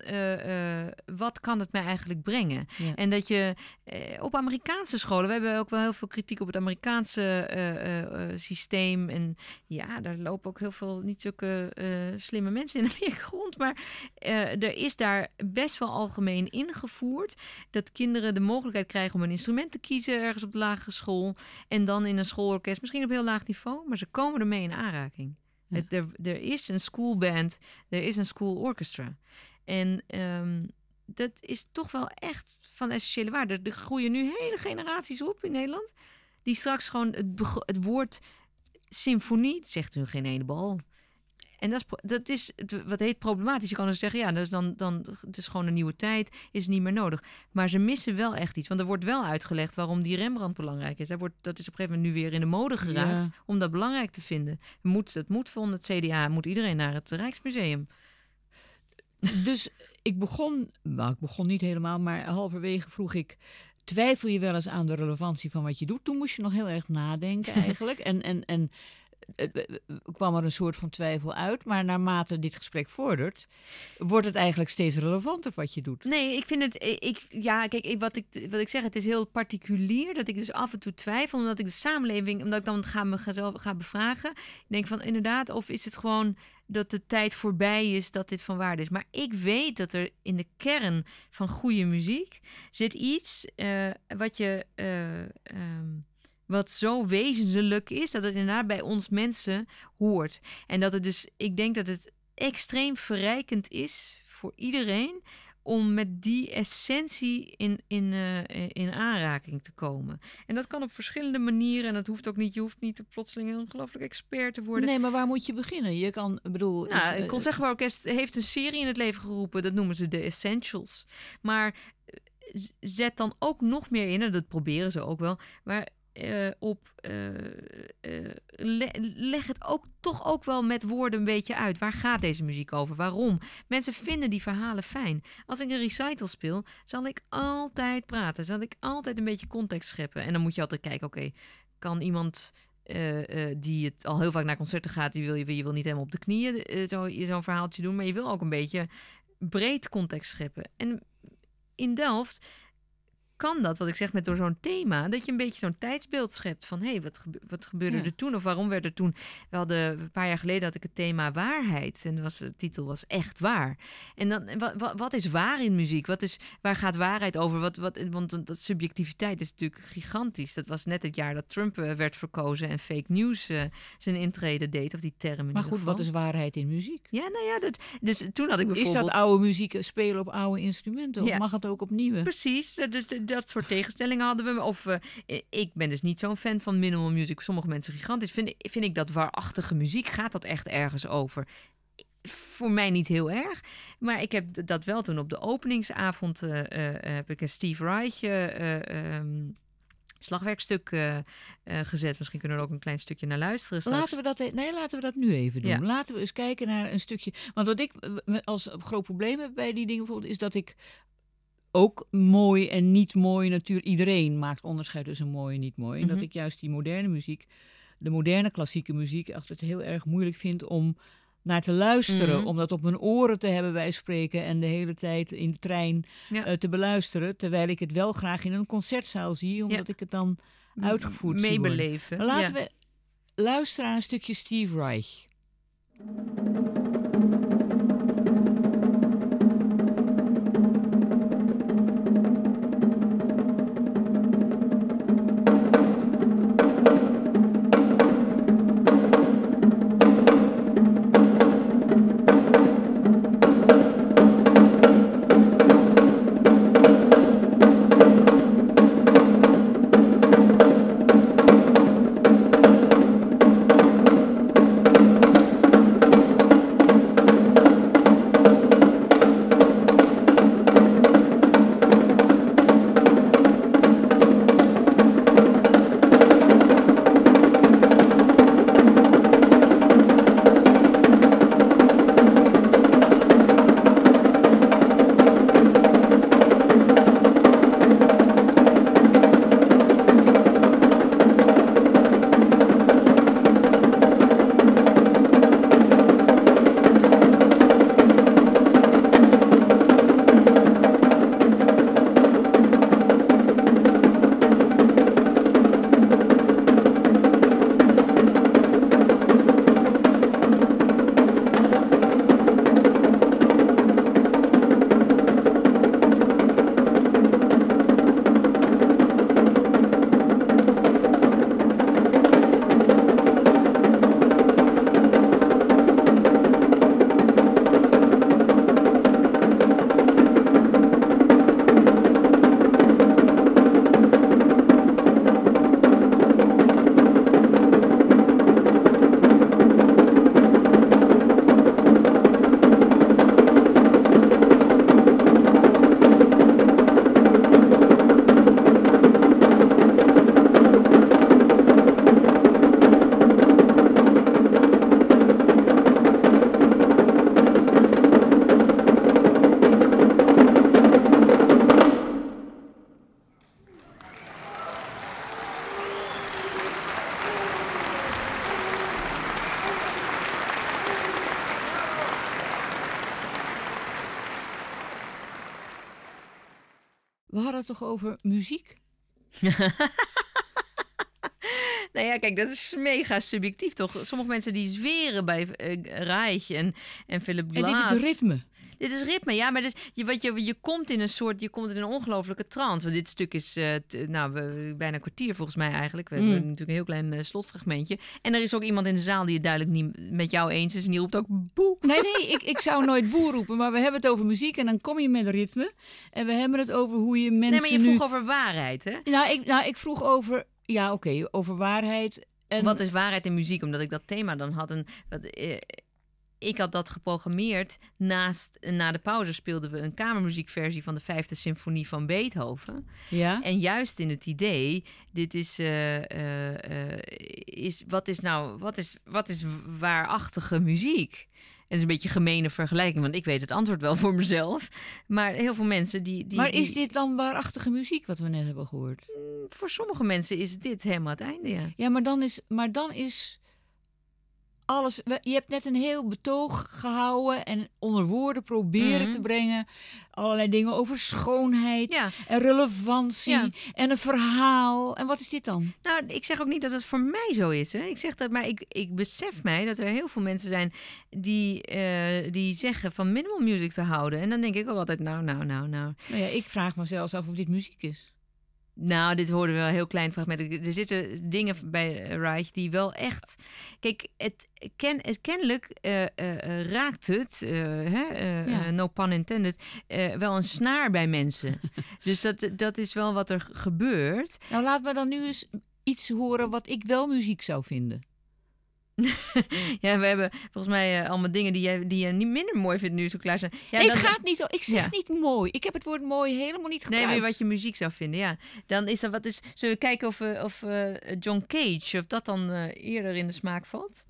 wat kan het mij eigenlijk brengen? Ja. En dat je op Amerikaanse scholen, we hebben ook wel heel veel kritiek op het Amerikaanse systeem. En ja, daar lopen ook heel veel niet zulke slimme mensen in Amerika rond. Maar er is daar best wel algemeen ingevoerd dat kinderen de mogelijkheid krijgen om een instrument te kiezen ergens op de lagere school. En dan in een schoolorkest, misschien op heel laag niveau, maar ze komen ermee in aanraking. Ja. Er is een schoolband, er is een school orchestra. En dat is toch wel echt van essentiële waarde. Er groeien nu hele generaties op in Nederland die straks gewoon het woord symfonie, zegt hun geen ene bal. En dat is wat heet problematisch. Je kan dus zeggen, ja, dus dan het is gewoon een nieuwe tijd, is niet meer nodig. Maar ze missen wel echt iets. Want er wordt wel uitgelegd waarom die Rembrandt belangrijk is. Dat is op een gegeven moment nu weer in de mode geraakt om dat belangrijk te vinden. Het moet van het CDA, moet iedereen naar het Rijksmuseum. Dus ik begon niet helemaal, maar halverwege vroeg ik, twijfel je wel eens aan de relevantie van wat je doet? Toen moest je nog heel erg nadenken eigenlijk. En kwam er een soort van twijfel uit. Maar naarmate dit gesprek vordert, wordt het eigenlijk steeds relevanter wat je doet. Nee, ik vind het... Kijk, wat ik zeg, het is heel particulier dat ik dus af en toe twijfel, omdat ik de samenleving, omdat ik dan ga bevragen. Ik denk van inderdaad, of is het gewoon dat de tijd voorbij is dat dit van waarde is. Maar ik weet dat er in de kern van goede muziek zit iets wat zo wezenlijk is, dat het inderdaad bij ons mensen hoort. En dat het dus, ik denk dat het extreem verrijkend is voor iedereen om met die essentie in aanraking te komen. En dat kan op verschillende manieren. En dat hoeft ook niet. Je hoeft niet plotseling een ongelooflijk expert te worden. Nee, maar waar moet je beginnen? Je kan, het Concertgebouworkest heeft een serie in het leven geroepen. Dat noemen ze de Essentials. Maar zet dan ook nog meer in, en dat proberen ze ook wel, maar leg het toch ook wel met woorden een beetje uit. Waar gaat deze muziek over? Waarom? Mensen vinden die verhalen fijn. Als ik een recital speel, zal ik altijd praten. Zal ik altijd een beetje context scheppen. En dan moet je altijd kijken, oké, kan iemand die het al heel vaak naar concerten gaat, je wil niet helemaal op de knieën zo'n verhaaltje doen, maar je wil ook een beetje breed context scheppen. En in Delft kan dat, wat ik zeg met door zo'n thema, dat je een beetje zo'n tijdsbeeld schept van wat gebeurde er toen of waarom werd er toen. We hadden een paar jaar geleden had ik het thema waarheid en de titel was Echt Waar. En dan wat is waar in muziek? Waar gaat waarheid over? Want dat subjectiviteit is natuurlijk gigantisch. Dat was net het jaar dat Trump werd verkozen en fake news zijn intrede deed, of die term in Maar goed, wat is waarheid in muziek? Ja, nou ja, dus toen had ik bijvoorbeeld... Is dat oude muziek spelen op oude instrumenten? Of mag het ook op nieuwe? Precies, dus dat soort tegenstellingen hadden we. Of ik ben dus niet zo'n fan van minimal music. Sommige mensen gigantisch. Vind ik dat waarachtige muziek, gaat dat echt ergens over? Voor mij niet heel erg. Maar ik heb dat wel toen op de openingsavond... heb ik een Steve Reich... slagwerkstuk gezet. Misschien kunnen we er ook een klein stukje naar luisteren straks. Laten we dat nu even doen. Ja. Laten we eens kijken naar een stukje. Want wat ik als groot probleem heb bij die dingen bijvoorbeeld, is dat ik ook mooi en niet mooi natuurlijk... Iedereen maakt onderscheid tussen mooi en niet mooi. En dat ik juist die moderne muziek, de moderne klassieke muziek, altijd heel erg moeilijk vind om naar te luisteren. Om dat op mijn oren te hebben, wij spreken, en de hele tijd in de trein te beluisteren. Terwijl ik het wel graag in een concertzaal zie, omdat ik het dan uitgevoerd zie worden. Meebeleven. Maar laten we luisteren naar een stukje Steve Reich. We hadden het toch over muziek? Nou ja, kijk, dat is mega subjectief, toch? Sommige mensen die zweren bij Reich en Philip Glass. En dit is ritme. Dit is ritme, ja, maar dus je komt in een ongelofelijke trance. Want dit stuk is bijna een kwartier volgens mij eigenlijk. We hebben natuurlijk een heel klein slotfragmentje. En er is ook iemand in de zaal die het duidelijk niet met jou eens is. En die roept ook boe. Nee, ik zou nooit boe roepen. Maar we hebben het over muziek en dan kom je met ritme. En we hebben het over hoe je mensen. Nee, maar je vroeg over waarheid, hè? Ik vroeg over. Ja, oké, over waarheid. En wat is waarheid in muziek? Omdat ik dat thema dan had. Ik had dat geprogrammeerd. Na de pauze speelden we een kamermuziekversie van de 5e symfonie van Beethoven. Ja? En juist in het idee, dit is, wat is waarachtige muziek? En het is een beetje een gemene vergelijking, want ik weet het antwoord wel voor mezelf. Maar heel veel mensen Maar is dit dan waarachtige muziek wat we net hebben gehoord? Voor sommige mensen is dit helemaal het einde, ja. Ja, maar dan is alles. Je hebt net een heel betoog gehouden en onder woorden proberen te brengen. Allerlei dingen over schoonheid en relevantie en een verhaal. En wat is dit dan? Nou, ik zeg ook niet dat het voor mij zo is. Hè. Ik zeg dat, maar ik besef mij dat er heel veel mensen zijn die zeggen van minimal music te houden. En dan denk ik ook altijd, nou. Nou ja, ik vraag me zelfs af of dit muziek is. Nou, dit hoorden we wel een heel klein fragment. Er zitten dingen bij Reich die wel echt... Kijk, kennelijk raakt het, no pun intended, wel een snaar bij mensen. Dus dat is wel wat er gebeurt. Nou, laat me dan nu eens iets horen wat ik wel muziek zou vinden. Ja, we hebben volgens mij allemaal dingen die je niet minder mooi vindt nu zo klaar zijn. Ja, nee, het gaat niet. Ik zeg niet mooi. Ik heb het woord mooi helemaal niet gebruikt. Nee, maar wat je muziek zou vinden, ja. Dan is dat zullen we kijken of John Cage, of dat dan eerder in de smaak valt?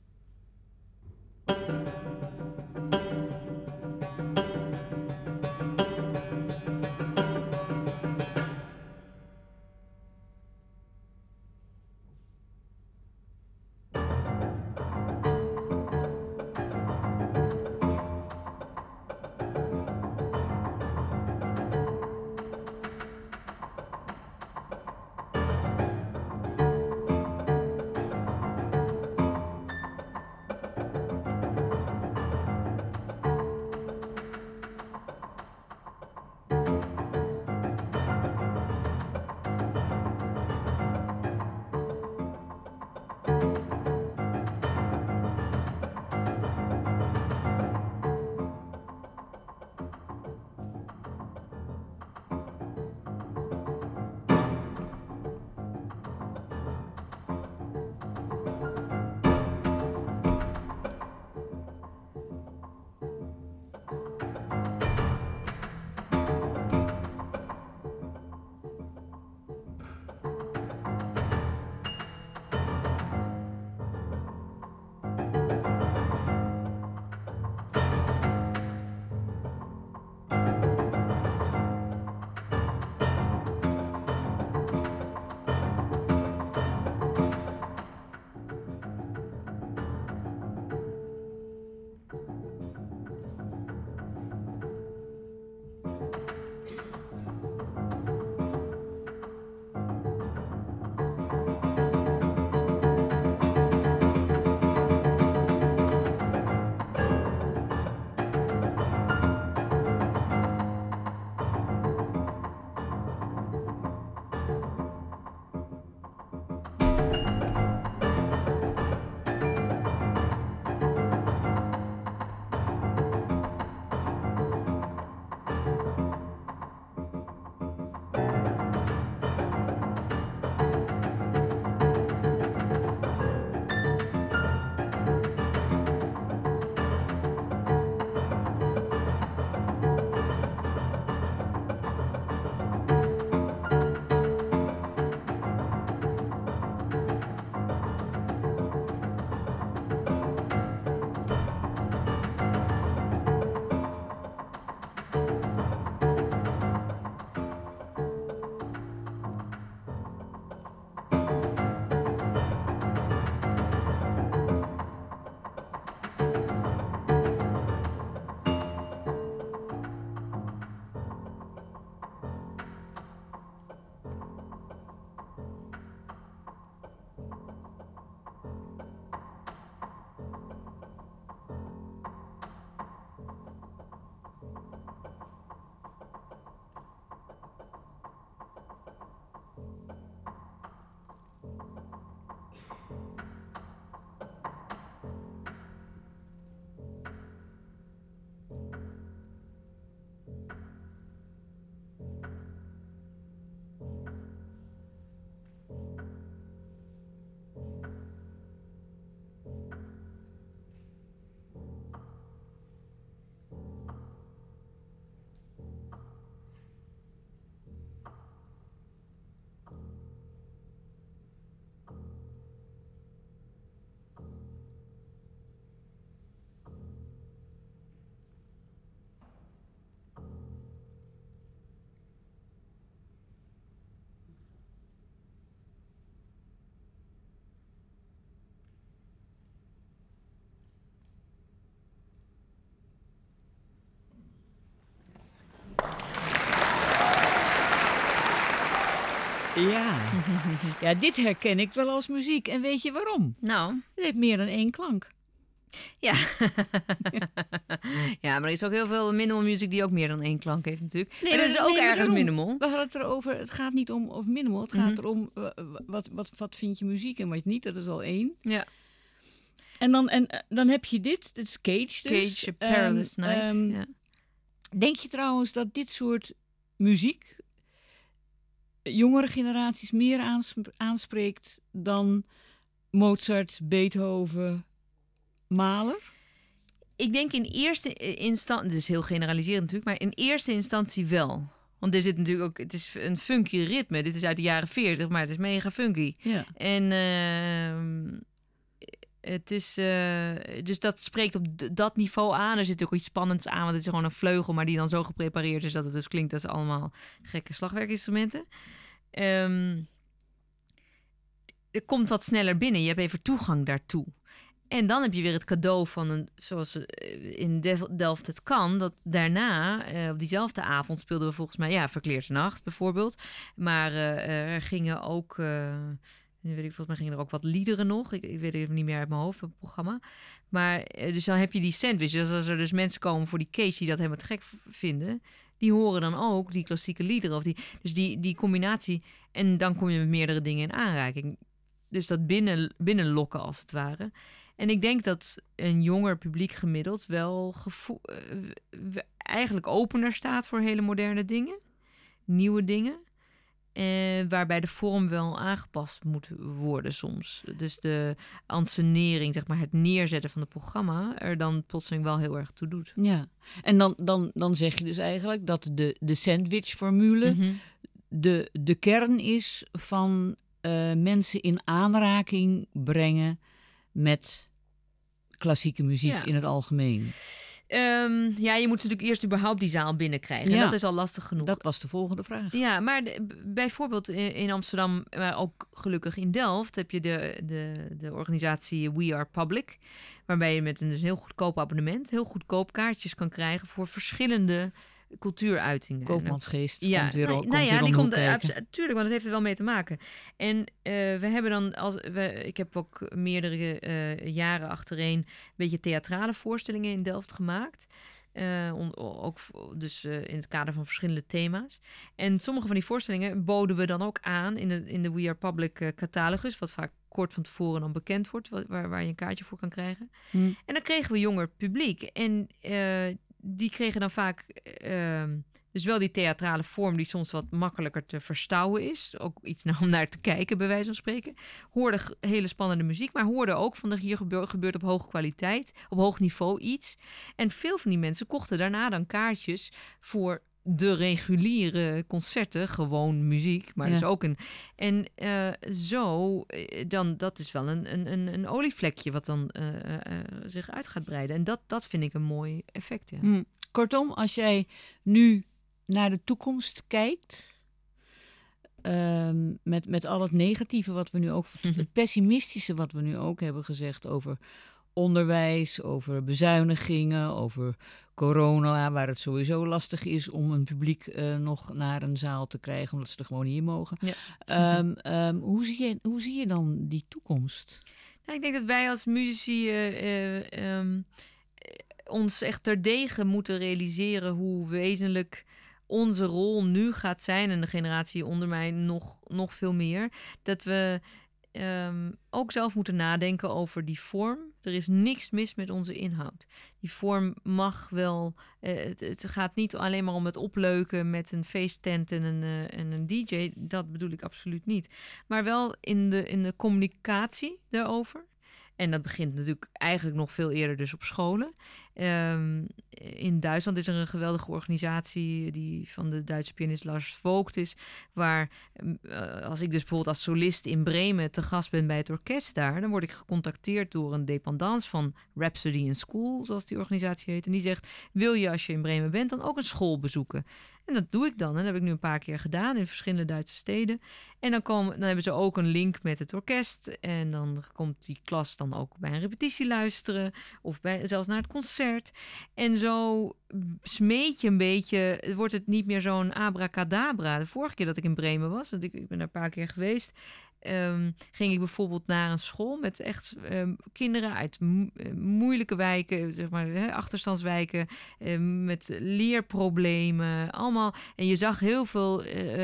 Ja, dit herken ik wel als muziek. En weet je waarom? Nou, Het heeft meer dan 1 klank. ja. Ja, maar er is ook heel veel minimal music die ook meer dan 1 klank heeft natuurlijk. Nee, maar dat is ook ergens daarom. minimal. We hadden het erover, het gaat niet om of minimal. Het gaat erom, wat vind je muziek en wat niet. Dat is al 1. Ja. En dan heb je dit is Cage dus. Cage, Perilous Night. Ja. Denk je trouwens dat dit soort muziek jongere generaties meer aanspreekt dan Mozart, Beethoven, Mahler? Ik denk in eerste instantie, het is heel generaliserend natuurlijk, maar in eerste instantie wel. Want er zit natuurlijk ook, het is een funky ritme. Dit is uit de jaren 40, maar het is mega funky. Ja. En het is, dus dat spreekt op dat niveau aan. Er zit ook iets spannends aan, want het is gewoon een vleugel, maar die dan zo geprepareerd is dat het dus klinkt als allemaal gekke slagwerkinstrumenten. Er komt wat sneller binnen. Je hebt even toegang daartoe. En dan heb je weer het cadeau van zoals in Delft het kan, dat daarna, op diezelfde avond speelden we volgens mij, Verkleerde Nacht bijvoorbeeld. Maar er gingen ook, nu weet ik, volgens mij gingen er ook wat liederen nog. Ik weet het niet meer uit mijn hoofd, het programma. Maar dus dan heb je die sandwich. Dus als er dus mensen komen voor die Cage die dat helemaal te gek vinden, die horen dan ook die klassieke liederen. Dus die combinatie. En dan kom je met meerdere dingen in aanraking. Dus dat binnenlokken als het ware. En ik denk dat een jonger publiek gemiddeld wel eigenlijk opener staat voor hele moderne dingen. Nieuwe dingen. Waarbij de vorm wel aangepast moet worden soms. Dus de ansenering, zeg maar het neerzetten van het programma, er dan plotseling wel heel erg toe doet. Ja, en dan zeg je dus eigenlijk dat de sandwich-formule de kern is van mensen in aanraking brengen met klassieke muziek in het algemeen. Je moet natuurlijk eerst überhaupt die zaal binnenkrijgen. Ja. En dat is al lastig genoeg. Dat was de volgende vraag. Ja, maar bijvoorbeeld in Amsterdam, maar ook gelukkig in Delft, heb je de organisatie We Are Public. Waarbij je met een dus heel goedkoop abonnement heel goedkoop kaartjes kan krijgen voor verschillende cultuuruitingen. Koopmansgeest die komt natuurlijk, want het heeft er wel mee te maken. En we hebben dan ik heb ook meerdere jaren achtereen een beetje theatrale voorstellingen in Delft gemaakt. Ook dus in het kader van verschillende thema's. En sommige van die voorstellingen boden we dan ook aan in de We Are Public catalogus, wat vaak kort van tevoren dan bekend wordt, waar je een kaartje voor kan krijgen. En dan kregen we jonger publiek. En die kregen dan vaak dus wel die theatrale vorm die soms wat makkelijker te verstouwen is. Ook iets om naar te kijken, bij wijze van spreken. Hoorden hele spannende muziek, maar hoorden ook van hier gebeurt op hoge kwaliteit, op hoog niveau iets. En veel van die mensen kochten daarna dan kaartjes voor de reguliere concerten, gewoon muziek, maar dus ook dan dat is wel een olievlekje wat dan zich uit gaat breiden. En dat vind ik een mooi effect, ja. Kortom, als jij nu naar de toekomst kijkt, met al het negatieve wat we nu ook, het pessimistische wat we nu ook hebben gezegd over onderwijs, over bezuinigingen, over corona, waar het sowieso lastig is om een publiek nog naar een zaal te krijgen, omdat ze er gewoon niet mogen. Ja. Hoe zie je dan die toekomst? Nou, ik denk dat wij als muzici ons echt terdege moeten realiseren hoe wezenlijk onze rol nu gaat zijn, en de generatie onder mij nog veel meer, dat we ook zelf moeten nadenken over die vorm. Er is niks mis met onze inhoud. Die vorm mag wel. Het gaat niet alleen maar om het opleuken met een feesttent en een DJ. Dat bedoel ik absoluut niet. Maar wel in de communicatie daarover. En dat begint natuurlijk eigenlijk nog veel eerder dus op scholen. In Duitsland is er een geweldige organisatie die van de Duitse pianist Lars Vogt is. Waar als ik dus bijvoorbeeld als solist in Bremen te gast ben bij het orkest daar, dan word ik gecontacteerd door een dependance van Rhapsody in School, zoals die organisatie heet. En die zegt, wil je als je in Bremen bent dan ook een school bezoeken? En En dat doe ik dan. En dat heb ik nu een paar keer gedaan in verschillende Duitse steden. En dan hebben ze ook een link met het orkest. En dan komt die klas dan ook bij een repetitie luisteren. Of zelfs naar het concert. En zo smeet je een beetje. Wordt het niet meer zo'n abracadabra. De vorige keer dat ik in Bremen was, want ik ben er een paar keer geweest, ging ik bijvoorbeeld naar een school met echt kinderen uit moeilijke wijken, zeg maar, achterstandswijken, met leerproblemen, allemaal. En je zag heel veel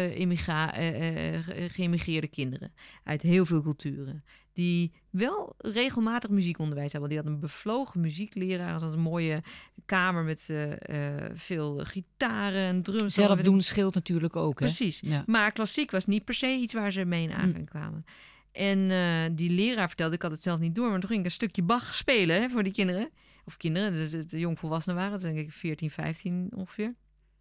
geïmmigreerde kinderen uit heel veel culturen, die wel regelmatig muziekonderwijs hebben. Die had een bevlogen muziekleraar, dat was een mooie kamer met veel gitaren en drums. Zelf doen scheelt natuurlijk ook, hè? Precies. Ja. Maar klassiek was niet per se iets waar ze mee in aanraking kwamen. En die leraar vertelde, ik had het zelf niet door, maar toen ging ik een stukje Bach spelen, hè, voor die kinderen. Of kinderen, de jongvolwassenen waren, denk ik 14, 15 ongeveer.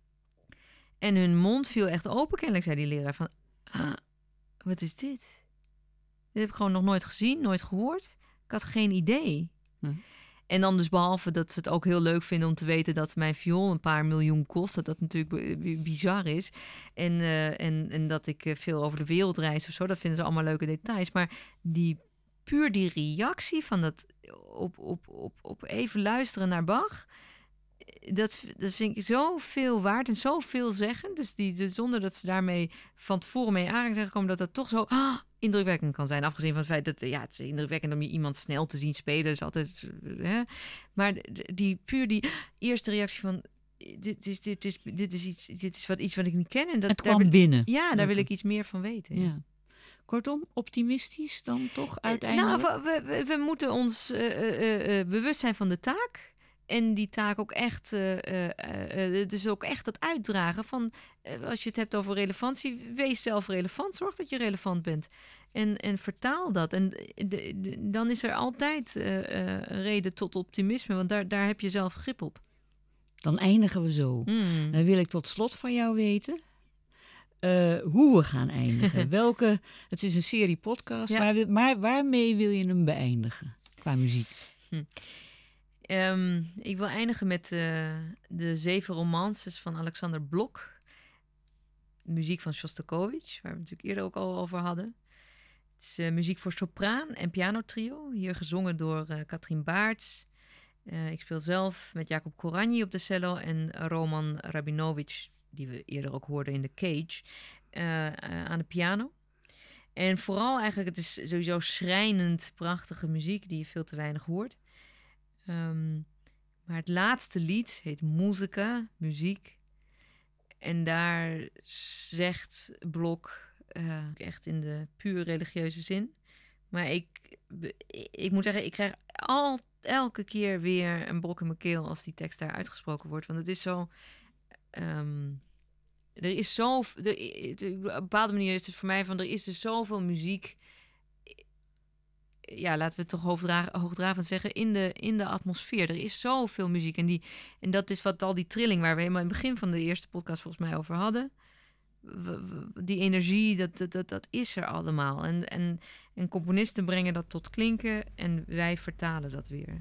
En hun mond viel echt open, kennelijk, zei die leraar, van, wat is dit? Dit heb ik gewoon nog nooit gezien, nooit gehoord. Ik had geen idee. En dan dus behalve dat ze het ook heel leuk vinden om te weten dat mijn viool een paar miljoen kost. Dat natuurlijk bizar is. En dat ik veel over de wereld reis of zo. Dat vinden ze allemaal leuke details. Maar die reactie van dat op even luisteren naar Bach. Dat vind ik zoveel waard en zoveel zeggend. Dus zonder dat ze daarmee van tevoren mee aan zijn gekomen, dat toch zo indrukwekkend kan zijn. Afgezien van het feit dat het is indrukwekkend om je iemand snel te zien spelen. Is altijd, hè? Maar die eerste reactie van dit is iets wat ik niet ken. En het kwam binnen. Ja, daar wil ik iets meer van weten. Ja. Kortom, optimistisch dan toch uiteindelijk? We moeten ons bewust zijn van de taak. En die taak ook echt, dus ook echt dat uitdragen van, als je het hebt over relevantie, wees zelf relevant. Zorg dat je relevant bent. En vertaal dat. En dan is er altijd reden tot optimisme, want daar heb je zelf grip op. Dan eindigen we zo. Dan wil ik tot slot van jou weten hoe we gaan eindigen. Het is een serie podcast, ja. Maar waarmee wil je hem beëindigen qua muziek? Ik wil eindigen met de 7 romances van Alexander Blok. Muziek van Shostakovich, waar we het natuurlijk eerder ook al over hadden. Het is muziek voor sopraan en pianotrio. Hier gezongen door Katrien Baarts. Ik speel zelf met Jacob Koranyi op de cello en Roman Rabinovich, die we eerder ook hoorden in The Cage, aan de piano. En vooral eigenlijk, het is sowieso schrijnend prachtige muziek die je veel te weinig hoort. Maar het laatste lied heet Musica, muziek. En daar zegt Blok, echt in de puur religieuze zin. Maar ik moet zeggen, ik krijg elke keer weer een brok in mijn keel als die tekst daar uitgesproken wordt. Want het is zo... er is zo... op een bepaalde manier is het voor mij van, er is dus zoveel muziek... Ja, laten we het toch hoogdravend zeggen, in de atmosfeer. Er is zoveel muziek. En dat is wat al die trilling waar we helemaal in het begin van de eerste podcast volgens mij over hadden. Die energie, dat is er allemaal. En componisten brengen dat tot klinken en wij vertalen dat weer.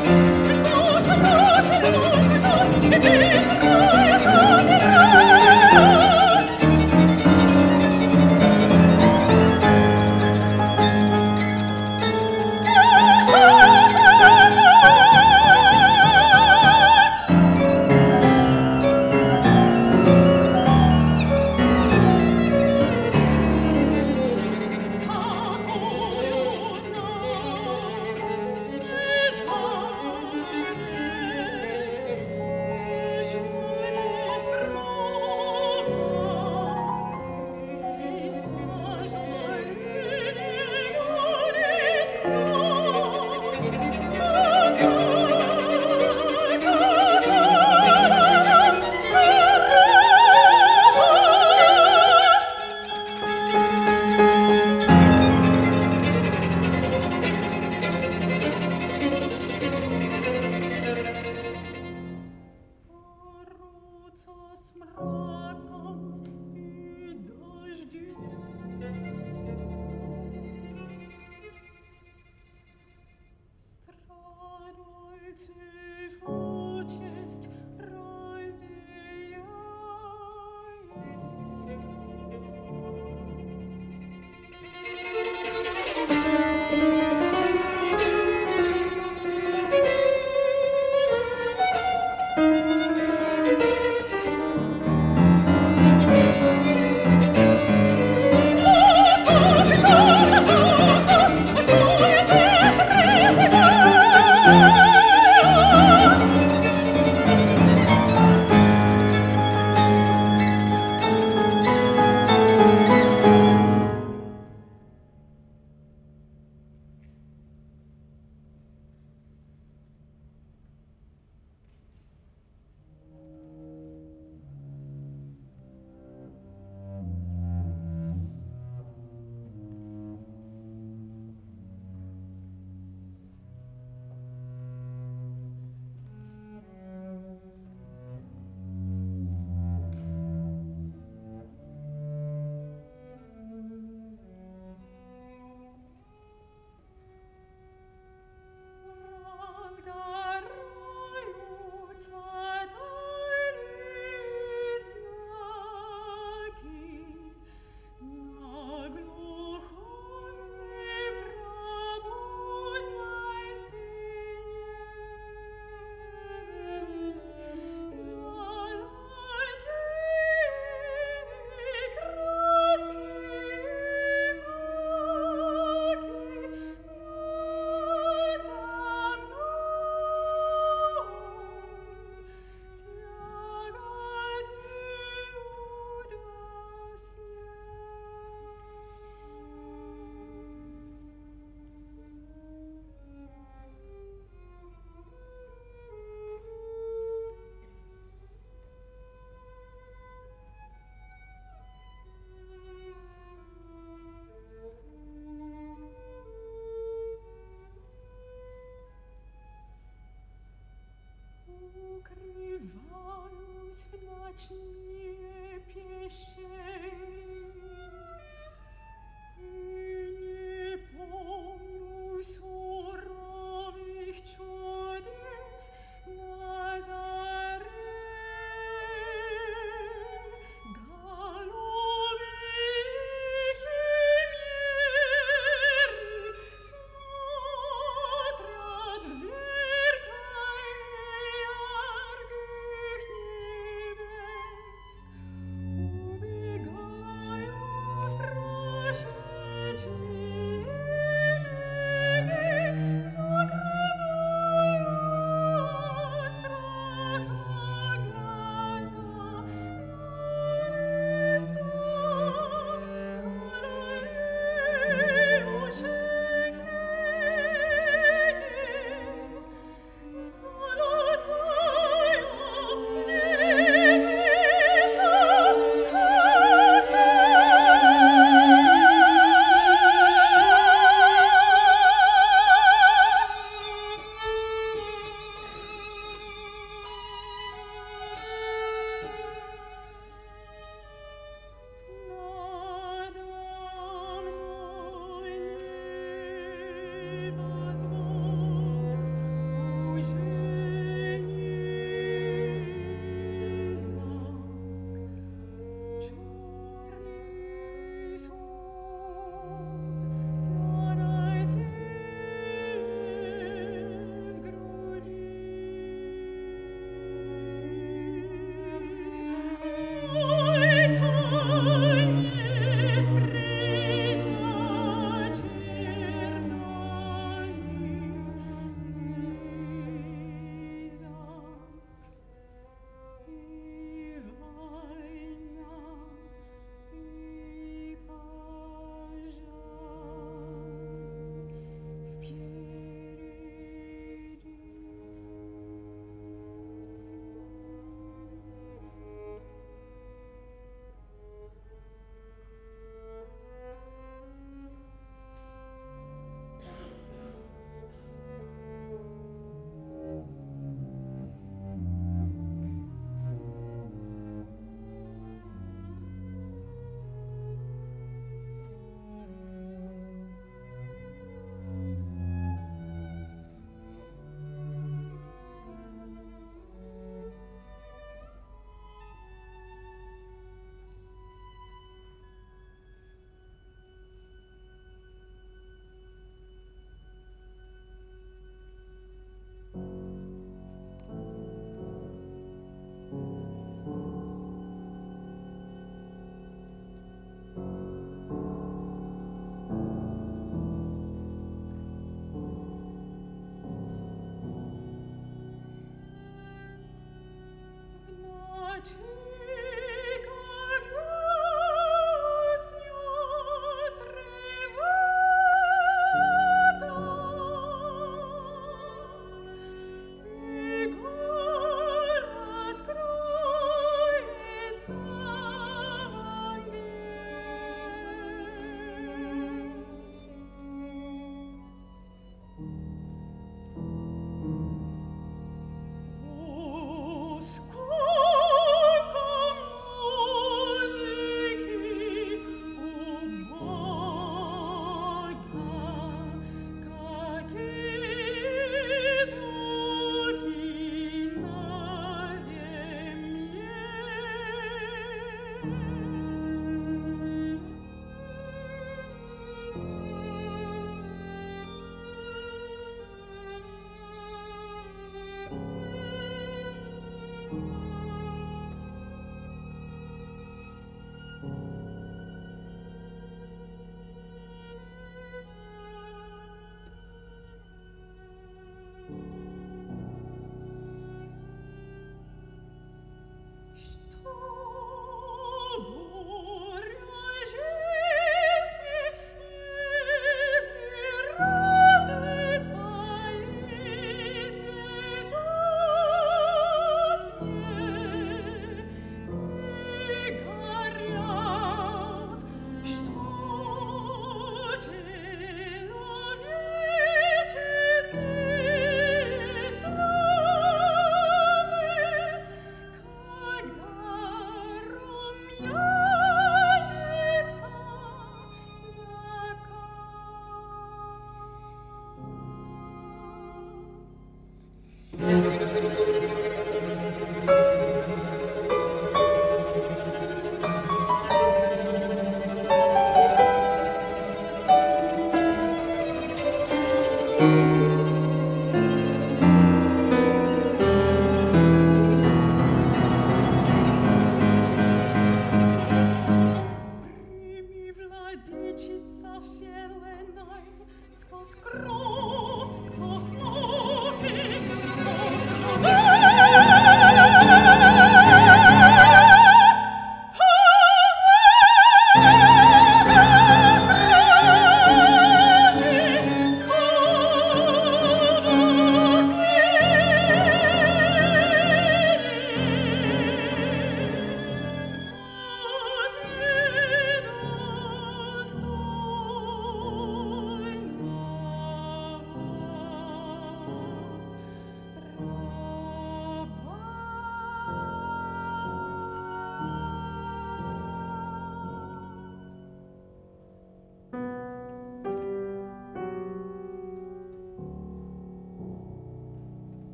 Ukrywając w nacznie pieśń,